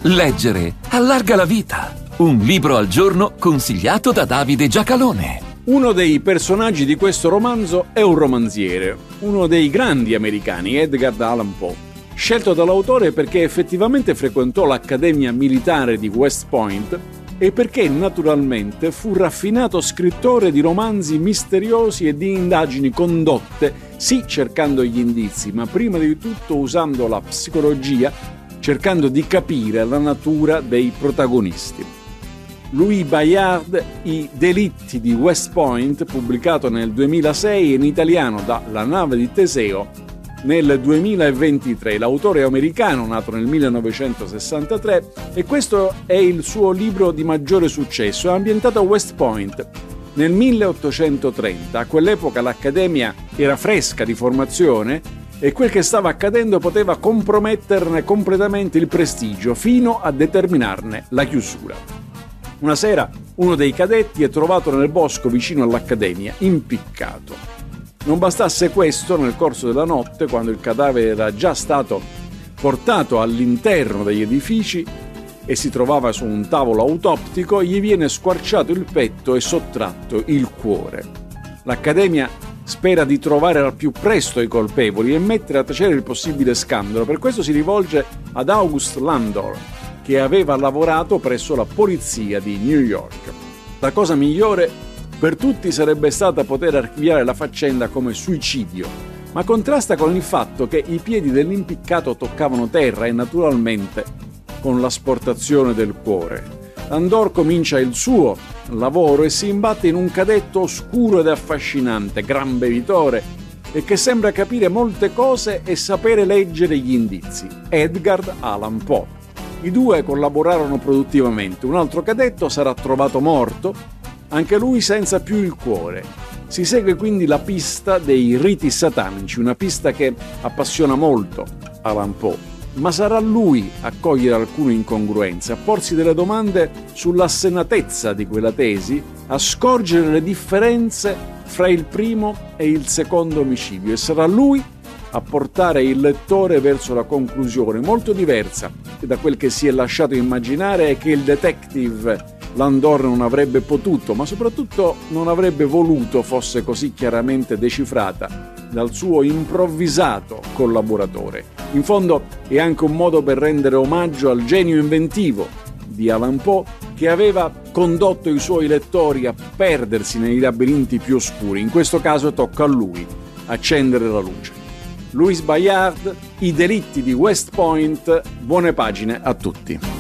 Leggere allarga la vita. Un libro al giorno consigliato da Davide Giacalone. Uno dei personaggi di questo romanzo è un romanziere, uno dei grandi americani, Edgar Allan Poe, scelto dall'autore perché effettivamente frequentò l'Accademia Militare di West Point e perché naturalmente fu raffinato scrittore di romanzi misteriosi e di indagini condotte, sì cercando gli indizi, ma prima di tutto usando la psicologia, cercando di capire la natura dei protagonisti. Louis Bayard, I delitti di West Point, pubblicato nel 2006 in italiano da La nave di Teseo nel 2023. L'autore è americano, nato nel 1963, e questo è il suo libro di maggiore successo. È ambientato a West Point nel 1830. A quell'epoca l'Accademia era fresca di formazione e quel che stava accadendo poteva comprometterne completamente il prestigio fino a determinarne la chiusura. Una sera uno dei cadetti è trovato nel bosco vicino all'Accademia, impiccato. Non bastasse questo, nel corso della notte, quando il cadavere era già stato portato all'interno degli edifici e si trovava su un tavolo autoptico, gli viene squarciato il petto e sottratto il cuore. L'Accademia spera di trovare al più presto i colpevoli e mettere a tacere il possibile scandalo. Per questo si rivolge ad August Landor, che aveva lavorato presso la polizia di New York. La cosa migliore per tutti sarebbe stata poter archiviare la faccenda come suicidio, ma contrasta con il fatto che i piedi dell'impiccato toccavano terra e naturalmente con l'asportazione del cuore. Landor comincia il suo lavoro e si imbatte in un cadetto oscuro ed affascinante, gran bevitore e che sembra capire molte cose e sapere leggere gli indizi. Edgar Allan Poe. I due collaborarono produttivamente. Un altro cadetto sarà trovato morto, anche lui senza più il cuore. Si segue quindi la pista dei riti satanici, una pista che appassiona molto Allan Poe. Ma sarà lui a cogliere alcune incongruenze, a porsi delle domande sull'assennatezza di quella tesi, a scorgere le differenze fra il primo e il secondo omicidio, e sarà lui a portare il lettore verso la conclusione molto diversa da quel che si è lasciato immaginare e che il detective Landor non avrebbe potuto, ma soprattutto non avrebbe voluto fosse così chiaramente decifrata dal suo improvvisato collaboratore. In fondo è anche un modo per rendere omaggio al genio inventivo di Allan Poe, che aveva condotto i suoi lettori a perdersi nei labirinti più oscuri. In questo caso tocca a lui accendere la luce. Louis Bayard, I delitti di West Point, buone pagine a tutti.